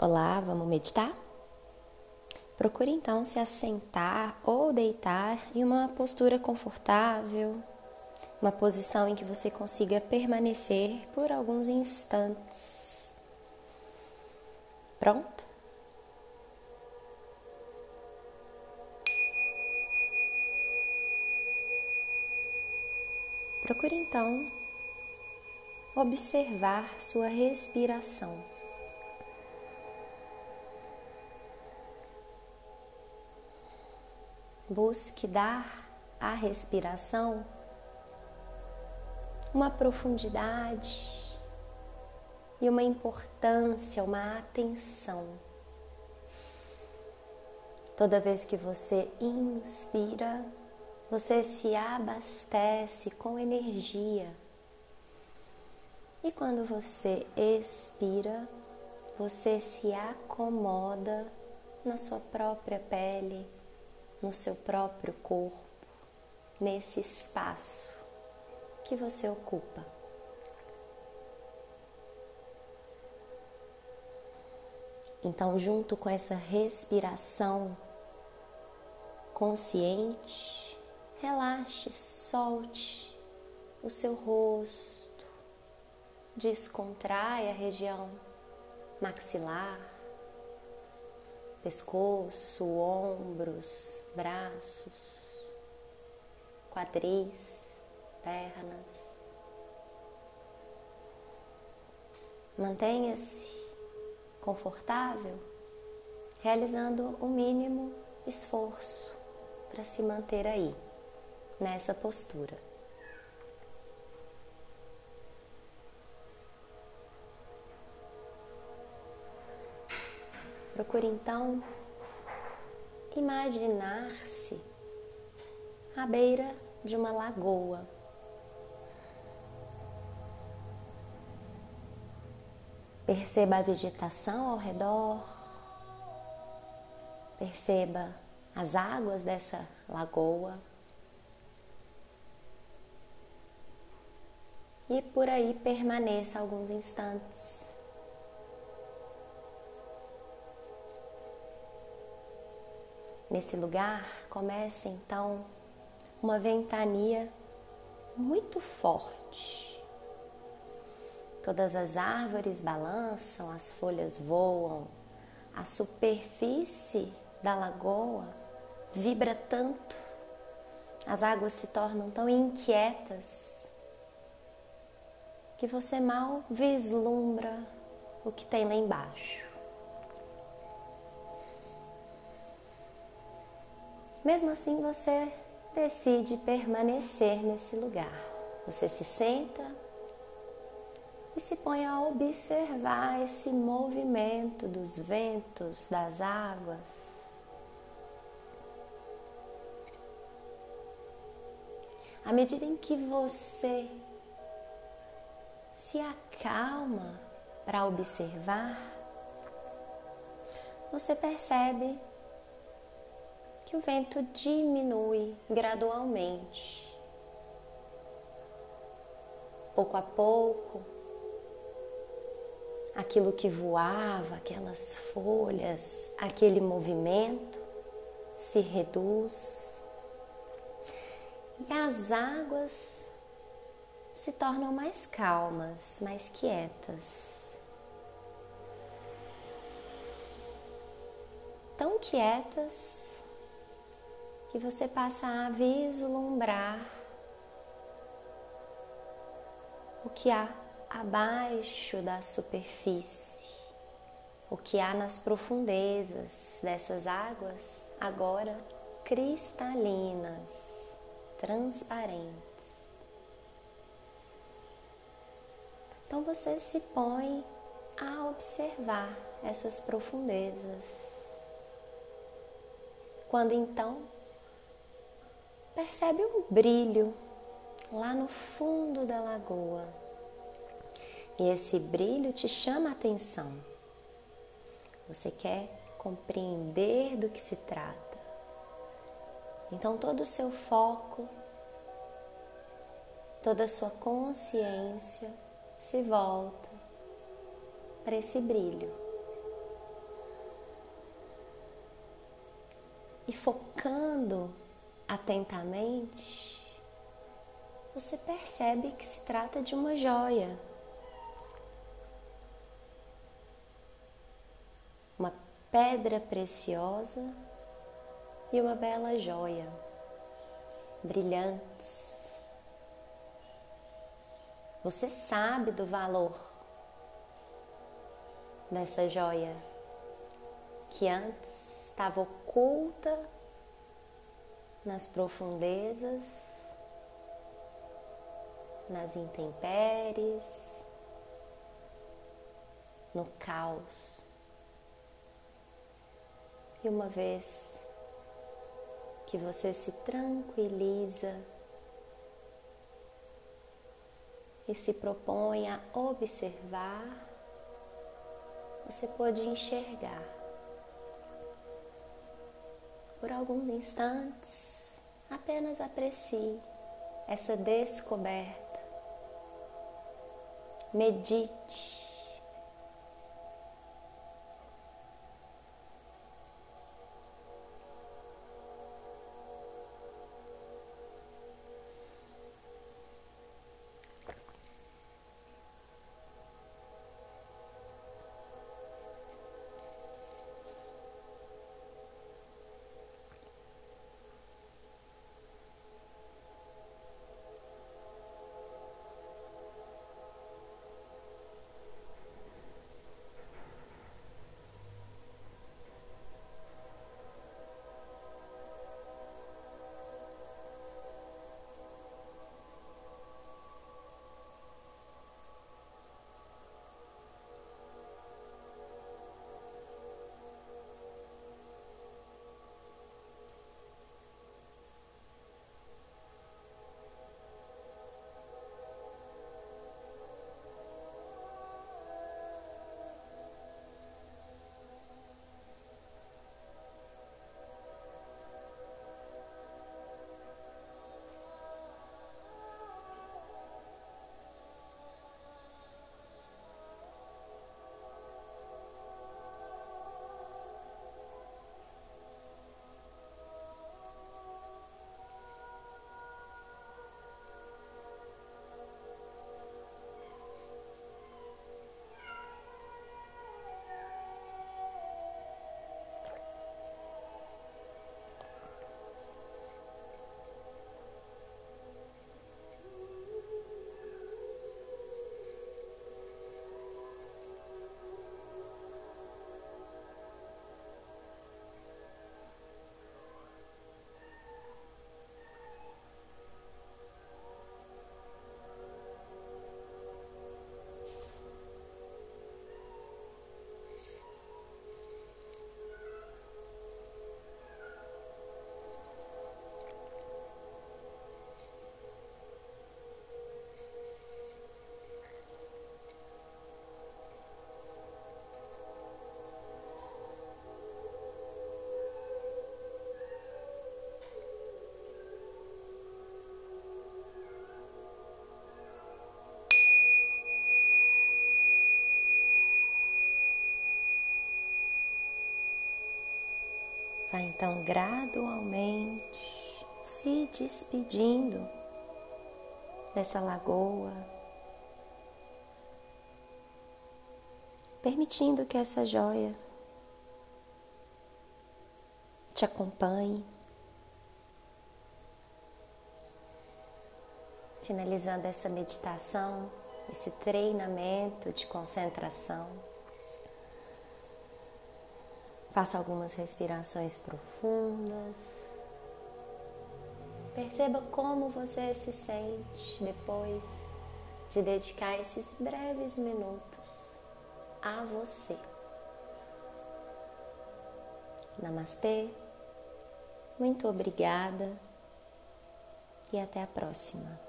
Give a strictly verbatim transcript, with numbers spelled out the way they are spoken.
Olá, vamos meditar? Procure então se assentar ou deitar em uma postura confortável, uma posição em que você consiga permanecer por alguns instantes. Pronto? Procure então observar sua respiração. Busque dar à respiração uma profundidade e uma importância, uma atenção. Toda vez que você inspira, você se abastece com energia. E quando você expira, você se acomoda na sua própria pele, no seu próprio corpo, nesse espaço que você ocupa. Então, junto com essa respiração consciente, relaxe, solte o seu rosto, descontrai a região maxilar, pescoço, ombros, braços, quadris, pernas. Mantenha-se confortável, realizando o mínimo esforço para se manter aí, nessa postura. Procure então imaginar-se à beira de uma lagoa. Perceba a vegetação ao redor, perceba as águas dessa lagoa e por aí permaneça alguns instantes. Nesse lugar, começa então uma ventania muito forte. Todas as árvores balançam, as folhas voam, a superfície da lagoa vibra tanto, as águas se tornam tão inquietas que você mal vislumbra o que tem lá embaixo. Mesmo assim, você decide permanecer nesse lugar. Você se senta e se põe a observar esse movimento dos ventos, das águas. À medida em que você se acalma para observar, você percebe que o vento diminui gradualmente. Pouco a pouco, aquilo que voava, aquelas folhas, aquele movimento se reduz e as águas se tornam mais calmas, mais quietas. Tão quietas que você passa a vislumbrar o que há abaixo da superfície, o que há nas profundezas dessas águas, agora cristalinas, transparentes. Então você se põe a observar essas profundezas. Quando então percebe um brilho lá no fundo da lagoa. E esse brilho te chama a atenção. Você quer compreender do que se trata. Então todo o seu foco, toda a sua consciência se volta para esse brilho. e focando atentamente, você percebe que se trata de uma joia. Uma pedra preciosa e uma bela joia, brilhantes. Você sabe do valor dessa joia que antes estava oculta nas profundezas, nas intempéries, no caos. E uma vez que você se tranquiliza e se propõe a observar, você pode enxergar. Por alguns instantes, apenas aprecie essa descoberta. Medite. Vai então gradualmente se despedindo dessa lagoa, permitindo que essa joia te acompanhe, finalizando essa meditação, esse treinamento de concentração. Faça algumas respirações profundas. Perceba como você se sente depois de dedicar esses breves minutos a você. Namastê, muito obrigada e até a próxima.